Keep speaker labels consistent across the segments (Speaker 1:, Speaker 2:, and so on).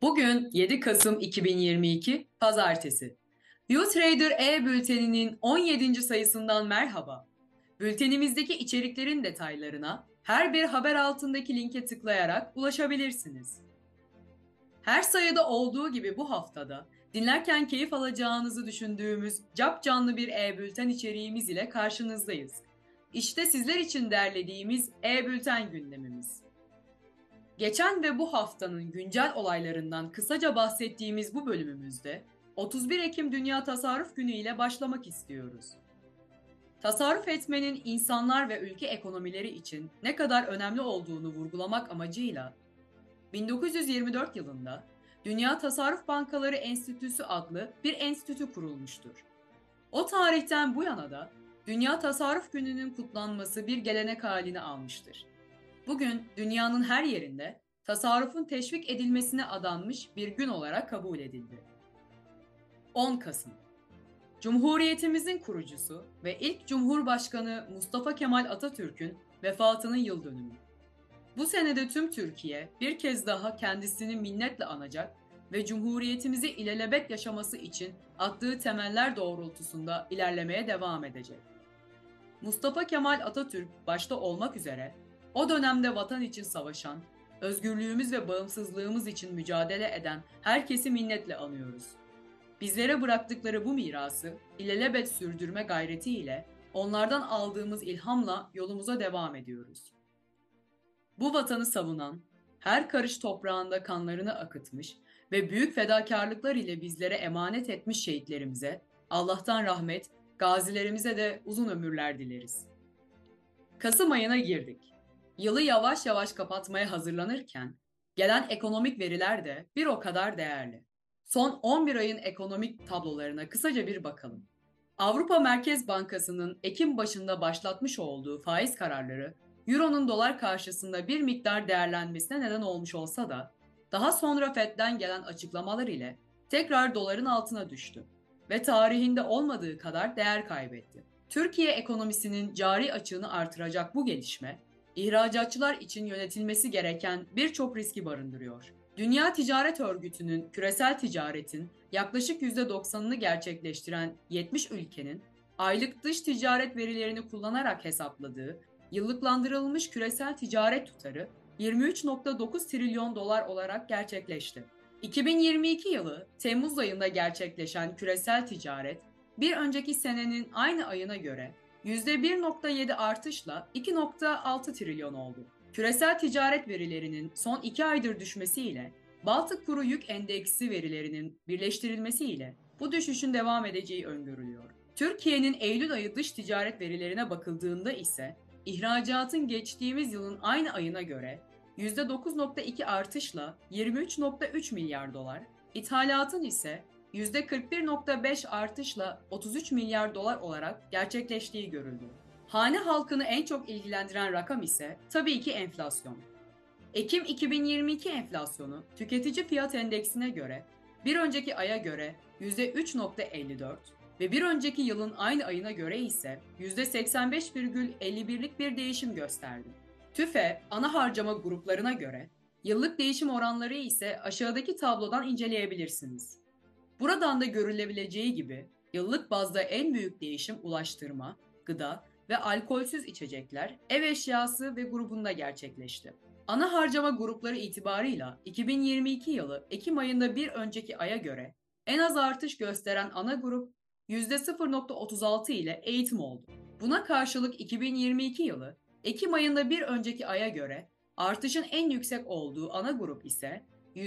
Speaker 1: Bugün 7 Kasım 2022 Pazartesi. YouTrader E-Bülteni'nin 17. sayısından merhaba. Bültenimizdeki içeriklerin detaylarına her bir haber altındaki linke tıklayarak ulaşabilirsiniz. Her sayıda olduğu gibi bu haftada dinlerken keyif alacağınızı düşündüğümüz capcanlı bir e-bülten içeriğimiz ile karşınızdayız. İşte sizler için derlediğimiz e-bülten gündemimiz. Geçen ve bu haftanın güncel olaylarından kısaca bahsettiğimiz bu bölümümüzde 31 Ekim Dünya Tasarruf Günü ile başlamak istiyoruz. Tasarruf etmenin insanlar ve ülke ekonomileri için ne kadar önemli olduğunu vurgulamak amacıyla 1924 yılında Dünya Tasarruf Bankaları Enstitüsü adlı bir enstitü kurulmuştur. O tarihten bu yana da Dünya Tasarruf Günü'nün kutlanması bir gelenek halini almıştır. Bugün dünyanın her yerinde tasarrufun teşvik edilmesine adanmış bir gün olarak kabul edildi. 10 Kasım Cumhuriyetimizin kurucusu ve ilk Cumhurbaşkanı Mustafa Kemal Atatürk'ün vefatının yıl dönümü. Bu senede tüm Türkiye bir kez daha kendisini minnetle anacak ve Cumhuriyetimizi ilelebet yaşaması için attığı temeller doğrultusunda ilerlemeye devam edecek. Mustafa Kemal Atatürk başta olmak üzere o dönemde vatan için savaşan, özgürlüğümüz ve bağımsızlığımız için mücadele eden herkesi minnetle anıyoruz. Bizlere bıraktıkları bu mirası ilelebet sürdürme gayretiyle onlardan aldığımız ilhamla yolumuza devam ediyoruz. Bu vatanı savunan, her karış toprağında kanlarını akıtmış ve büyük fedakarlıklar ile bizlere emanet etmiş şehitlerimize Allah'tan rahmet, gazilerimize de uzun ömürler dileriz. Kasım ayına girdik. Yılı yavaş yavaş kapatmaya hazırlanırken gelen ekonomik veriler de bir o kadar değerli. Son 11 ayın ekonomik tablolarına kısaca bir bakalım. Avrupa Merkez Bankası'nın Ekim başında başlatmış olduğu faiz kararları Euro'nun dolar karşısında bir miktar değerlenmesine neden olmuş olsa da daha sonra Fed'den gelen açıklamalar ile tekrar doların altına düştü ve tarihinde olmadığı kadar değer kaybetti. Türkiye ekonomisinin cari açığını artıracak bu gelişme, ihracatçılar için yönetilmesi gereken birçok riski barındırıyor. Dünya Ticaret Örgütü'nün küresel ticaretin yaklaşık %90'ını gerçekleştiren 70 ülkenin aylık dış ticaret verilerini kullanarak hesapladığı yıllıklandırılmış küresel ticaret tutarı 23,9 trilyon dolar olarak gerçekleşti. 2022 yılı Temmuz ayında gerçekleşen küresel ticaret, bir önceki senenin aynı ayına göre %1,7 artışla 2,6 trilyon oldu. Küresel ticaret verilerinin son 2 aydır düşmesiyle Baltık Kuru Yük Endeksi verilerinin birleştirilmesiyle bu düşüşün devam edeceği öngörülüyor. Türkiye'nin Eylül ayı dış ticaret verilerine bakıldığında ise ihracatın geçtiğimiz yılın aynı ayına göre %9,2 artışla 23,3 milyar dolar, ithalatın ise %41,5 artışla 33 milyar dolar olarak gerçekleştiği görüldü. Hane halkını en çok ilgilendiren rakam ise tabii ki enflasyon. Ekim 2022 enflasyonu tüketici fiyat endeksine göre bir önceki aya göre %3,54 ve bir önceki yılın aynı ayına göre ise %85,51'lik bir değişim gösterdi. TÜFE ana harcama gruplarına göre yıllık değişim oranları ise aşağıdaki tablodan inceleyebilirsiniz. Buradan da görülebileceği gibi yıllık bazda en büyük değişim ulaştırma, gıda ve alkolsüz içecekler, ev eşyası ve grubunda gerçekleşti. Ana harcama grupları itibarıyla 2022 yılı Ekim ayında bir önceki aya göre en az artış gösteren ana grup %0,36 ile eğitim oldu. Buna karşılık 2022 yılı Ekim ayında bir önceki aya göre artışın en yüksek olduğu ana grup ise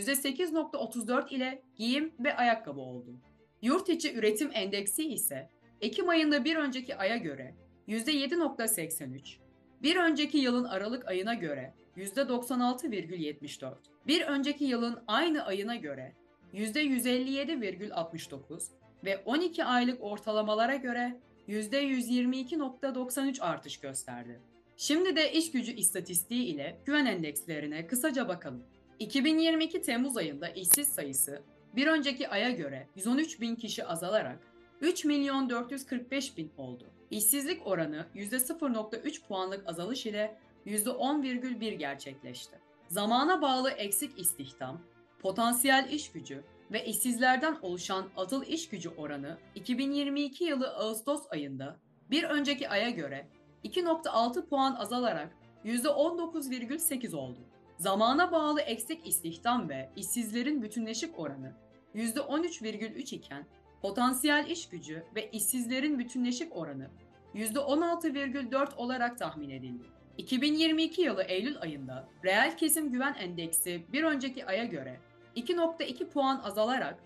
Speaker 1: %8,34 ile giyim ve ayakkabı oldu. Yurt içi üretim endeksi ise Ekim ayında bir önceki aya göre %7,83, bir önceki yılın Aralık ayına göre %96,74, bir önceki yılın aynı ayına göre %157,69 ve 12 aylık ortalamalara göre %122,93 artış gösterdi. Şimdi de iş gücü istatistiği ile güven endekslerine kısaca bakalım. 2022 Temmuz ayında işsiz sayısı bir önceki aya göre 113 bin kişi azalarak 3.445.000 oldu. İşsizlik oranı %0,3 puanlık azalış ile %10,1 gerçekleşti. Zamana bağlı eksik istihdam, Potansiyel iş gücü ve işsizlerden oluşan atıl iş gücü oranı 2022 yılı Ağustos ayında bir önceki aya göre 2,6 puan azalarak %19,8 oldu. Zamana bağlı eksik istihdam ve işsizlerin bütünleşik oranı %13,3 iken potansiyel iş gücü ve işsizlerin bütünleşik oranı %16,4 olarak tahmin edildi. 2022 yılı Eylül ayında reel kesim güven endeksi bir önceki aya göre 2,2 puan azalarak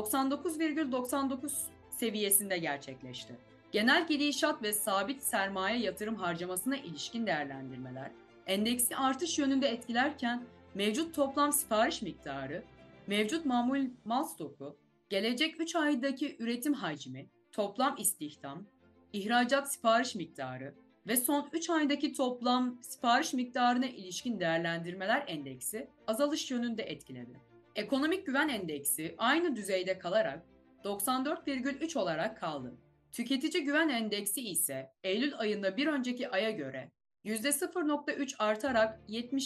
Speaker 1: 99,99 seviyesinde gerçekleşti. Genel gidişat ve sabit sermaye yatırım harcamasına ilişkin değerlendirmeler endeksi artış yönünde etkilerken mevcut toplam sipariş miktarı, mevcut mamul mal stoku, gelecek 3 aydaki üretim hacmi, toplam istihdam, ihracat sipariş miktarı ve son 3 aydaki toplam sipariş miktarına ilişkin değerlendirmeler endeksi azalış yönünde etkiledi. Ekonomik güven endeksi aynı düzeyde kalarak 94,3 olarak kaldı. Tüketici güven endeksi ise Eylül ayında bir önceki aya göre %0,3 artarak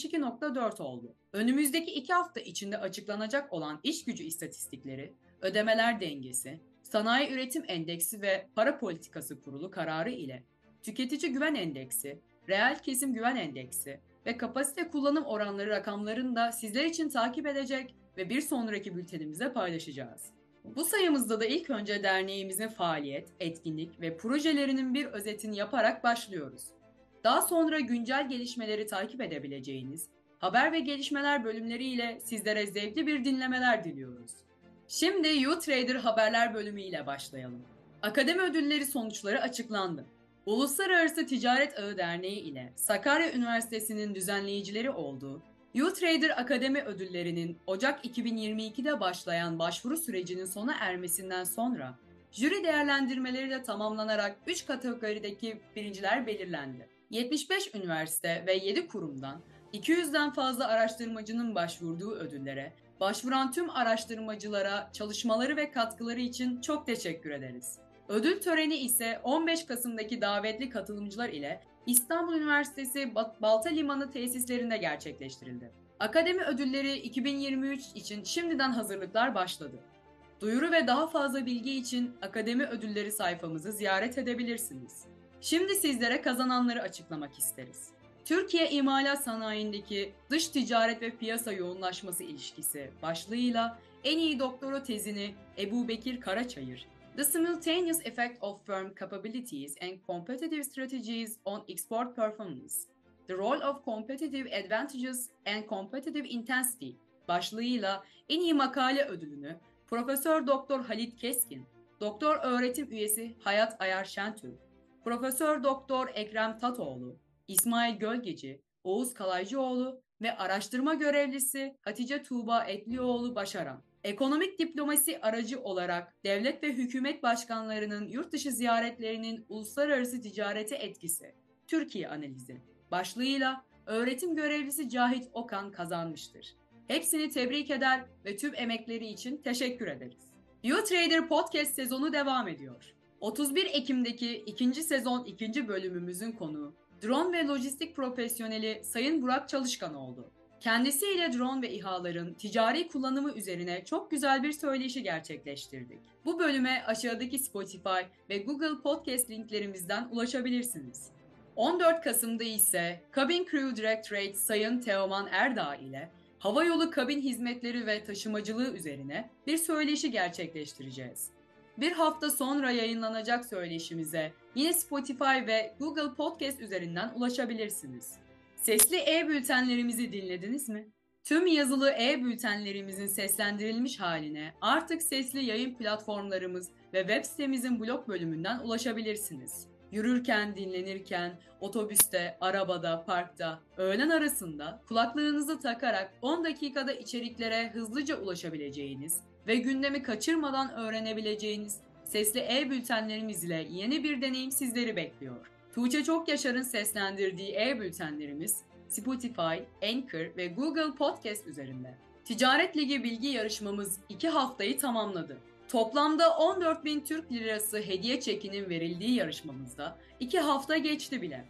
Speaker 1: 72,4 oldu. Önümüzdeki 2 hafta içinde açıklanacak olan iş gücü istatistikleri, ödemeler dengesi, sanayi üretim endeksi ve para politikası kurulu kararı ile tüketici güven endeksi, reel kesim güven endeksi ve kapasite kullanım oranları rakamlarını da sizler için takip edecek ve bir sonraki bültenimize paylaşacağız. Bu sayımızda da ilk önce derneğimizin faaliyet, etkinlik ve projelerinin bir özetini yaparak başlıyoruz. Daha sonra güncel gelişmeleri takip edebileceğiniz haber ve gelişmeler bölümleriyle sizlere zevkli bir dinlemeler diliyoruz. Şimdi U-Trader haberler bölümü ile başlayalım. Akademi ödülleri sonuçları açıklandı. Uluslararası Ticaret Ağı Derneği ile Sakarya Üniversitesi'nin düzenleyicileri olduğu U-Trader Akademi ödüllerinin Ocak 2022'de başlayan başvuru sürecinin sona ermesinden sonra jüri değerlendirmeleri de tamamlanarak 3 kategorideki birinciler belirlendi. 75 üniversite ve 7 kurumdan 200'den fazla araştırmacının başvurduğu ödüllere, başvuran tüm araştırmacılara çalışmaları ve katkıları için çok teşekkür ederiz. Ödül töreni ise 15 Kasım'daki davetli katılımcılar ile İstanbul Üniversitesi Balta Limanı tesislerinde gerçekleştirildi. Akademi ödülleri 2023 için şimdiden hazırlıklar başladı. Duyuru ve daha fazla bilgi için Akademi ödülleri sayfamızı ziyaret edebilirsiniz. Şimdi sizlere kazananları açıklamak isteriz. Türkiye imalat sanayindeki dış ticaret ve piyasa yoğunlaşması ilişkisi başlığıyla en iyi doktora tezini Ebu Bekir Karaçayır, The Simultaneous Effect of Firm Capabilities and Competitive Strategies on Export Performance, The Role of Competitive Advantages and Competitive Intensity başlığıyla en iyi makale ödülünü Profesör Doktor Halit Keskin, Doktor Öğretim Üyesi Hayat Ayar Şentürk, Profesör Doktor Ekrem Tatoğlu, İsmail Gölgeci, Oğuz Kalaycıoğlu ve araştırma görevlisi Hatice Tuğba Etlioğlu başaran, ekonomik diplomasi aracı olarak devlet ve hükümet başkanlarının yurt dışı ziyaretlerinin uluslararası ticarete etkisi, Türkiye analizi başlığıyla öğretim görevlisi Cahit Okan kazanmıştır. Hepsini tebrik eder ve tüm emekleri için teşekkür ederiz. U-Trader Podcast sezonu devam ediyor. 31 Ekim'deki ikinci sezon ikinci bölümümüzün konuğu drone ve lojistik profesyoneli Sayın Burak Çalışkan oldu. Kendisiyle drone ve İHA'ların ticari kullanımı üzerine çok güzel bir söyleşi gerçekleştirdik. Bu bölüme aşağıdaki Spotify ve Google Podcast linklerimizden ulaşabilirsiniz. 14 Kasım'da ise Cabin Crew Directorate Sayın Teoman Erdağ ile havayolu kabin hizmetleri ve taşımacılığı üzerine bir söyleşi gerçekleştireceğiz. Bir hafta sonra yayınlanacak söyleşimize yine Spotify ve Google Podcast üzerinden ulaşabilirsiniz. Sesli e-bültenlerimizi dinlediniz mi? Tüm yazılı e-bültenlerimizin seslendirilmiş haline artık sesli yayın platformlarımız ve web sitemizin blog bölümünden ulaşabilirsiniz. Yürürken, dinlenirken, otobüste, arabada, parkta, öğlen arasında kulaklığınızı takarak 10 dakikada içeriklere hızlıca ulaşabileceğiniz ve gündemi kaçırmadan öğrenebileceğiniz sesli e-bültenlerimiz ile yeni bir deneyim sizleri bekliyor. Tuğçe Çokyaşar'ın seslendirdiği e-bültenlerimiz Spotify, Anchor ve Google Podcast üzerinde. Ticaret Ligi bilgi yarışmamız 2 haftayı tamamladı. Toplamda 14.000 Türk Lirası hediye çekinin verildiği yarışmamızda 2 hafta geçti bile.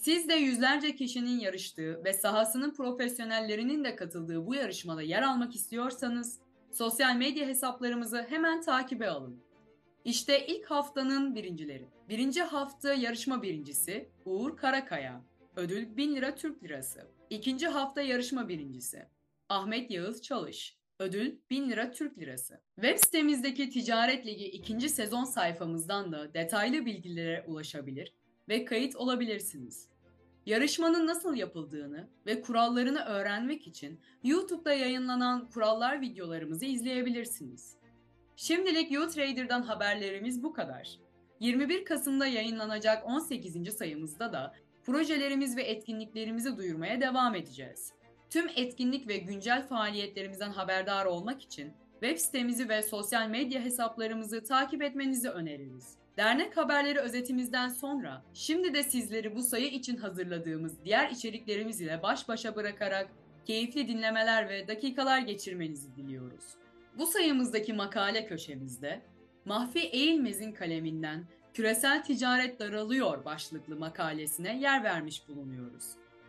Speaker 1: Siz de yüzlerce kişinin yarıştığı ve sahasının profesyonellerinin de katıldığı bu yarışmada yer almak istiyorsanız, sosyal medya hesaplarımızı hemen takibe alın. İşte ilk haftanın birincileri. Birinci hafta yarışma birincisi Uğur Karakaya. Ödül 1000 lira Türk lirası. İkinci hafta yarışma birincisi Ahmet Yağız Çalış. Ödül 1000 lira Türk lirası. Web sitemizdeki Ticaret Ligi 2. sezon sayfamızdan da detaylı bilgilere ulaşabilir ve kayıt olabilirsiniz. Yarışmanın nasıl yapıldığını ve kurallarını öğrenmek için YouTube'da yayınlanan kurallar videolarımızı izleyebilirsiniz. Şimdilik YouTrader'dan haberlerimiz bu kadar. 21 Kasım'da yayınlanacak 18. sayımızda da projelerimiz ve etkinliklerimizi duyurmaya devam edeceğiz. Tüm etkinlik ve güncel faaliyetlerimizden haberdar olmak için web sitemizi ve sosyal medya hesaplarımızı takip etmenizi öneririz. Dernek haberleri özetimizden sonra şimdi de sizleri bu sayı için hazırladığımız diğer içeriklerimiz ile baş başa bırakarak keyifli dinlemeler ve dakikalar geçirmenizi diliyoruz. Bu sayımızdaki makale köşemizde Mahfi Eğilmez'in kaleminden "Küresel ticaret daralıyor" başlıklı makalesine yer vermiş bulunuyoruz.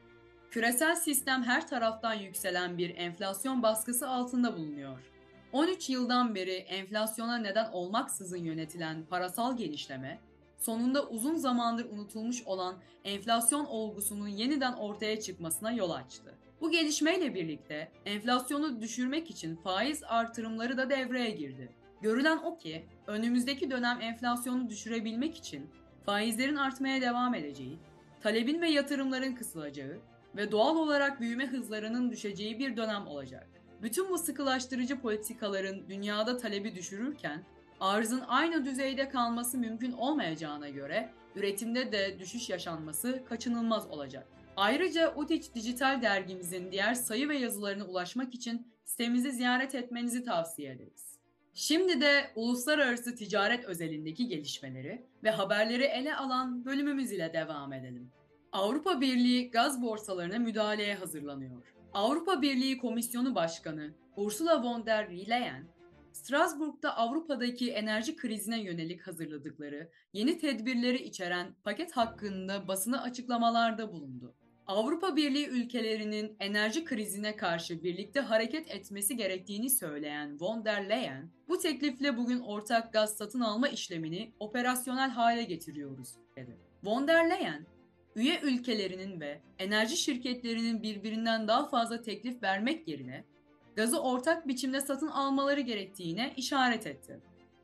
Speaker 1: Küresel sistem her taraftan yükselen bir enflasyon baskısı altında bulunuyor. 13 yıldan beri enflasyona neden olmaksızın yönetilen parasal genişleme, sonunda uzun zamandır unutulmuş olan enflasyon olgusunun yeniden ortaya çıkmasına yol açtı. Bu gelişmeyle birlikte enflasyonu düşürmek için faiz artırımları da devreye girdi. Görülen o ki önümüzdeki dönem enflasyonu düşürebilmek için faizlerin artmaya devam edeceği, talebin ve yatırımların kısılacağı ve doğal olarak büyüme hızlarının düşeceği bir dönem olacak. Bütün bu sıkılaştırıcı politikaların dünyada talebi düşürürken arzın aynı düzeyde kalması mümkün olmayacağına göre üretimde de düşüş yaşanması kaçınılmaz olacak. Ayrıca Utiç Dijital dergimizin diğer sayı ve yazılarına ulaşmak için sitemizi ziyaret etmenizi tavsiye ederiz. Şimdi de uluslararası ticaret özelindeki gelişmeleri ve haberleri ele alan bölümümüz ile devam edelim. Avrupa Birliği gaz borsalarına müdahaleye hazırlanıyor. Avrupa Birliği Komisyonu Başkanı Ursula von der Leyen, Strasbourg'da Avrupa'daki enerji krizine yönelik hazırladıkları yeni tedbirleri içeren paket hakkında basına açıklamalarda bulundu. Avrupa Birliği ülkelerinin enerji krizine karşı birlikte hareket etmesi gerektiğini söyleyen von der Leyen, bu teklifle bugün ortak gaz satın alma işlemini operasyonel hale getiriyoruz, dedi. Von der Leyen, üye ülkelerinin ve enerji şirketlerinin birbirinden daha fazla teklif vermek yerine gazı ortak biçimde satın almaları gerektiğine işaret etti.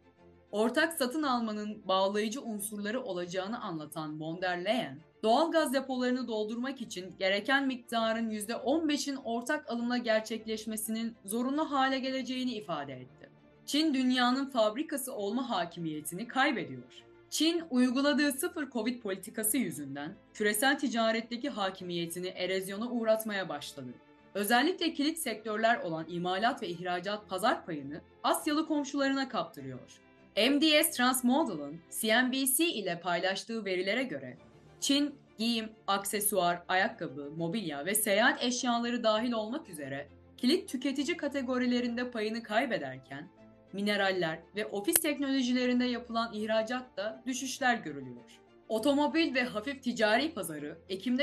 Speaker 1: Ortak satın almanın bağlayıcı unsurları olacağını anlatan von der Leyen, doğal gaz depolarını doldurmak için gereken miktarın %15'in ortak alımla gerçekleşmesinin zorunlu hale geleceğini ifade etti. Çin dünyanın fabrikası olma hakimiyetini kaybediyor. Çin uyguladığı sıfır Covid politikası yüzünden küresel ticaretteki hakimiyetini erozyona uğratmaya başladı. Özellikle kilit sektörler olan imalat ve ihracat pazar payını Asyalı komşularına kaptırıyor. MDS Transmodal'ın CNBC ile paylaştığı verilere göre Çin, giyim, aksesuar, ayakkabı, mobilya ve seyahat eşyaları dahil olmak üzere kilit tüketici kategorilerinde payını kaybederken mineraller ve ofis teknolojilerinde yapılan ihracatta düşüşler görülüyor. Otomobil ve hafif ticari pazarı Ekim'de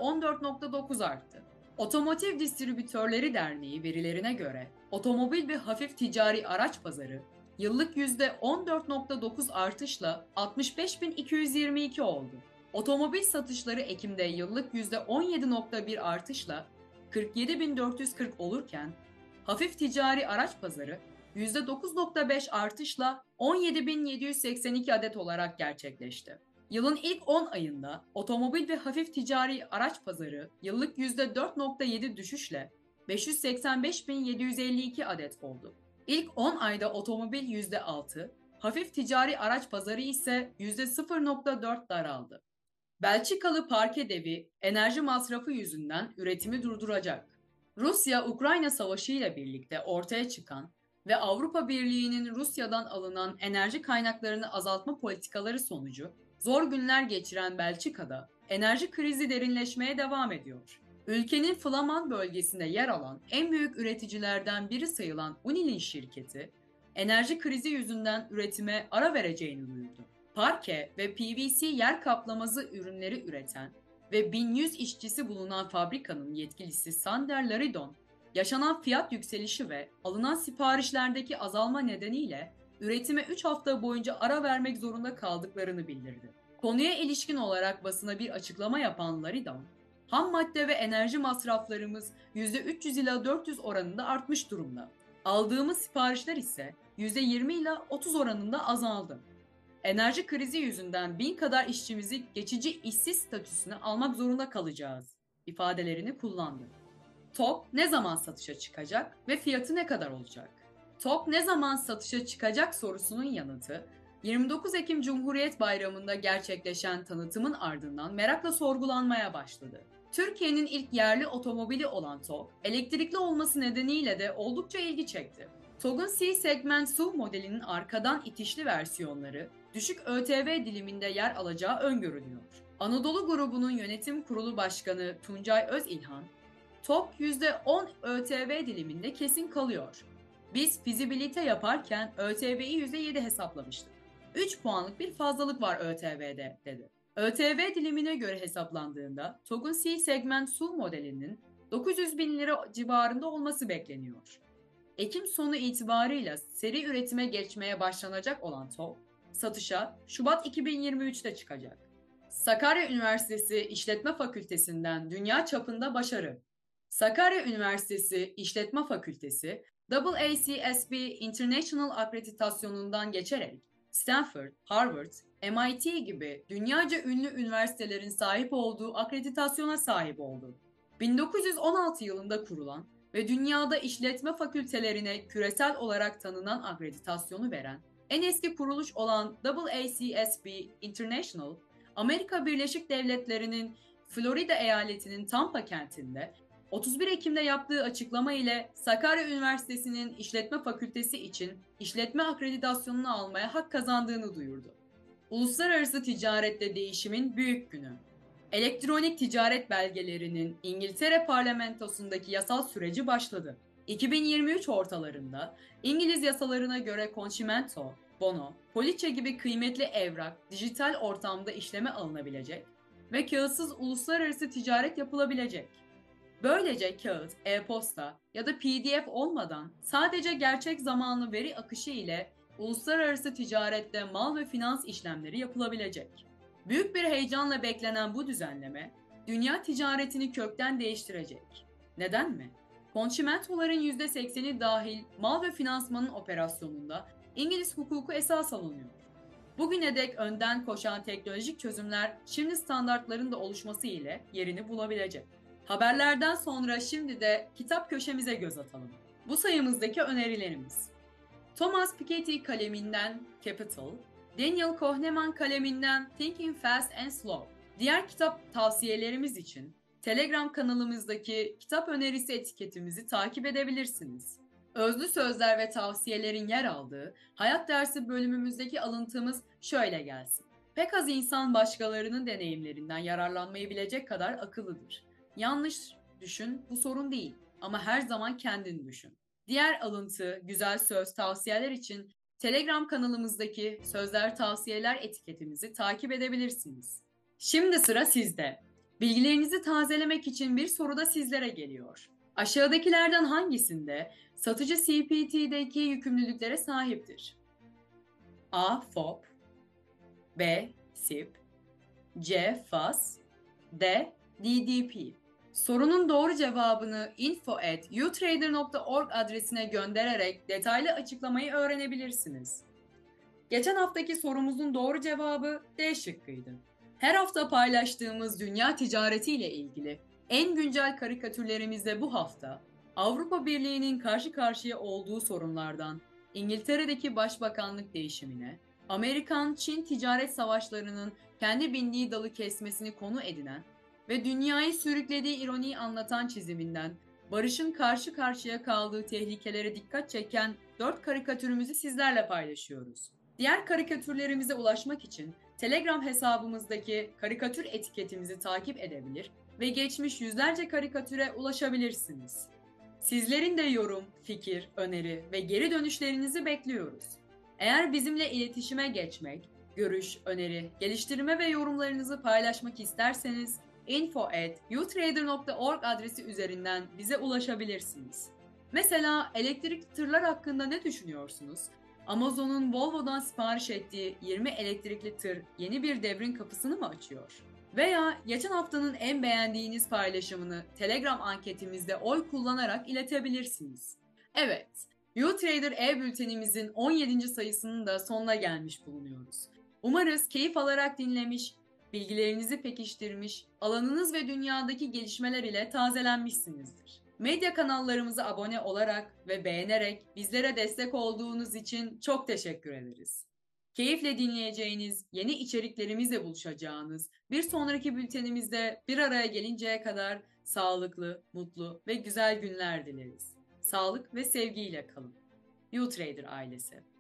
Speaker 1: %14.9 arttı. Otomotiv Distribütörleri Derneği verilerine göre otomobil ve hafif ticari araç pazarı yıllık %14.9 artışla 65.222 oldu. Otomobil satışları Ekim'de yıllık %17.1 artışla 47.440 olurken hafif ticari araç pazarı %9.5 artışla 17.782 adet olarak gerçekleşti. Yılın ilk 10 ayında otomobil ve hafif ticari araç pazarı yıllık %4.7 düşüşle 585.752 adet oldu. İlk 10 ayda otomobil %6, hafif ticari araç pazarı ise %0.4 daraldı. Belçikalı parke devi enerji masrafı yüzünden üretimi durduracak. Rusya-Ukrayna savaşı ile birlikte ortaya çıkan ve Avrupa Birliği'nin Rusya'dan alınan enerji kaynaklarını azaltma politikaları sonucu zor günler geçiren Belçika'da enerji krizi derinleşmeye devam ediyor. Ülkenin Flaman bölgesinde yer alan en büyük üreticilerden biri sayılan Unilin şirketi, enerji krizi yüzünden üretime ara vereceğini duyurdu. Parke ve PVC yer kaplaması ürünleri üreten ve 1100 işçisi bulunan fabrikanın yetkilisi Sander Laridon, yaşanan fiyat yükselişi ve alınan siparişlerdeki azalma nedeniyle üretime 3 hafta boyunca ara vermek zorunda kaldıklarını bildirdi. Konuya ilişkin olarak basına bir açıklama yapan Laridon, ham madde ve enerji masraflarımız %300 ila 400 oranında artmış durumda. Aldığımız siparişler ise %20 ila 30 oranında azaldı. Enerji krizi yüzünden 1000 kadar işçimizi geçici işsiz statüsüne almak zorunda kalacağız ifadelerini kullandı. TOG ne zaman satışa çıkacak ve fiyatı ne kadar olacak? TOG ne zaman satışa çıkacak sorusunun yanıtı, 29 Ekim Cumhuriyet Bayramı'nda gerçekleşen tanıtımın ardından merakla sorgulanmaya başladı. Türkiye'nin ilk yerli otomobili olan TOG, elektrikli olması nedeniyle de oldukça ilgi çekti. TOG'un C-segment SUV modelinin arkadan itişli versiyonları, düşük ÖTV diliminde yer alacağı öngörülüyor. Anadolu Grubu'nun yönetim kurulu başkanı Tuncay Özilhan, TOG %10 ÖTV diliminde kesin kalıyor. Biz fizibilite yaparken ÖTV'yi %7 hesaplamıştık. 3 puanlık bir fazlalık var ÖTV'de, dedi. ÖTV dilimine göre hesaplandığında TOG'un C-segment SUV modelinin 900 bin lira civarında olması bekleniyor. Ekim sonu itibarıyla seri üretime geçmeye başlanacak olan TOG, satışa Şubat 2023'te çıkacak. Sakarya Üniversitesi İşletme Fakültesinden dünya çapında başarı. Sakarya Üniversitesi İşletme Fakültesi, AACSB International akreditasyonundan geçerek Stanford, Harvard, MIT gibi dünyaca ünlü üniversitelerin sahip olduğu akreditasyona sahip oldu. 1916 yılında kurulan ve dünyada işletme fakültelerine küresel olarak tanınan akreditasyonu veren en eski kuruluş olan AACSB International, Amerika Birleşik Devletleri'nin Florida eyaletinin Tampa kentinde 31 Ekim'de yaptığı açıklama ile Sakarya Üniversitesi'nin İşletme Fakültesi için işletme akreditasyonunu almaya hak kazandığını duyurdu. Uluslararası ticarette değişimin büyük günü. Elektronik ticaret belgelerinin İngiltere parlamentosundaki yasal süreci başladı. 2023 ortalarında İngiliz yasalarına göre konşimento, bono, poliçe gibi kıymetli evrak dijital ortamda işleme alınabilecek ve kağıtsız uluslararası ticaret yapılabilecek. Böylece kağıt, e-posta ya da PDF olmadan sadece gerçek zamanlı veri akışı ile uluslararası ticarette mal ve finans işlemleri yapılabilecek. Büyük bir heyecanla beklenen bu düzenleme, dünya ticaretini kökten değiştirecek. Neden mi? Konçimentoların %80'i dahil mal ve finansmanın operasyonunda İngiliz hukuku esas alınıyor. Bugüne dek önden koşan teknolojik çözümler şimdi standartların da oluşması ile yerini bulabilecek. Haberlerden sonra şimdi de kitap köşemize göz atalım. Bu sayımızdaki önerilerimiz: Thomas Piketty kaleminden Capital, Daniel Kahneman kaleminden Thinking Fast and Slow. Diğer kitap tavsiyelerimiz için Telegram kanalımızdaki kitap önerisi etiketimizi takip edebilirsiniz. Özlü sözler ve tavsiyelerin yer aldığı hayat dersi bölümümüzdeki alıntımız şöyle gelsin. Pek az insan başkalarının deneyimlerinden yararlanmayı bilecek kadar akıllıdır. Yanlış düşün, bu sorun değil ama her zaman kendini düşün. Diğer alıntı, güzel söz, tavsiyeler için Telegram kanalımızdaki sözler tavsiyeler etiketimizi takip edebilirsiniz. Şimdi sıra sizde. Bilgilerinizi tazelemek için bir soru da sizlere geliyor. Aşağıdakilerden hangisinde satıcı CPT'deki yükümlülüklere sahiptir? A. FOB, B. SIP, C. FAS, D. DDP. Sorunun doğru cevabını info@utrader.org adresine göndererek detaylı açıklamayı öğrenebilirsiniz. Geçen haftaki sorumuzun doğru cevabı D şıkkıydı. Her hafta paylaştığımız dünya ticareti ile ilgili en güncel karikatürlerimizde bu hafta Avrupa Birliği'nin karşı karşıya olduğu sorunlardan İngiltere'deki başbakanlık değişimine, Amerikan-Çin ticaret savaşlarının kendi bindiği dalı kesmesini konu edinen ve dünyayı sürüklediği ironiyi anlatan çiziminden barışın karşı karşıya kaldığı tehlikelere dikkat çeken 4 karikatürümüzü sizlerle paylaşıyoruz. Diğer karikatürlerimize ulaşmak için Telegram hesabımızdaki karikatür etiketimizi takip edebilir ve geçmiş yüzlerce karikatüre ulaşabilirsiniz. Sizlerin de yorum, fikir, öneri ve geri dönüşlerinizi bekliyoruz. Eğer bizimle iletişime geçmek, görüş, öneri, geliştirme ve yorumlarınızı paylaşmak isterseniz info@utrader.org adresi üzerinden bize ulaşabilirsiniz. Mesela elektrikli tırlar hakkında ne düşünüyorsunuz? Amazon'un Volvo'dan sipariş ettiği 20 elektrikli tır yeni bir devrin kapısını mı açıyor? Veya geçen haftanın en beğendiğiniz paylaşımını Telegram anketimizde oy kullanarak iletebilirsiniz. Evet, YouTrader e-bültenimizin 17. sayısının da sonuna gelmiş bulunuyoruz. Umarız keyif alarak dinlemiş, bilgilerinizi pekiştirmiş, alanınız ve dünyadaki gelişmeler ile tazelenmişsinizdir. Medya kanallarımıza abone olarak ve beğenerek bizlere destek olduğunuz için çok teşekkür ederiz. Keyifle dinleyeceğiniz, yeni içeriklerimizle buluşacağınız bir sonraki bültenimizde bir araya gelinceye kadar sağlıklı, mutlu ve güzel günler dileriz. Sağlık ve sevgiyle kalın. YouTrader ailesi.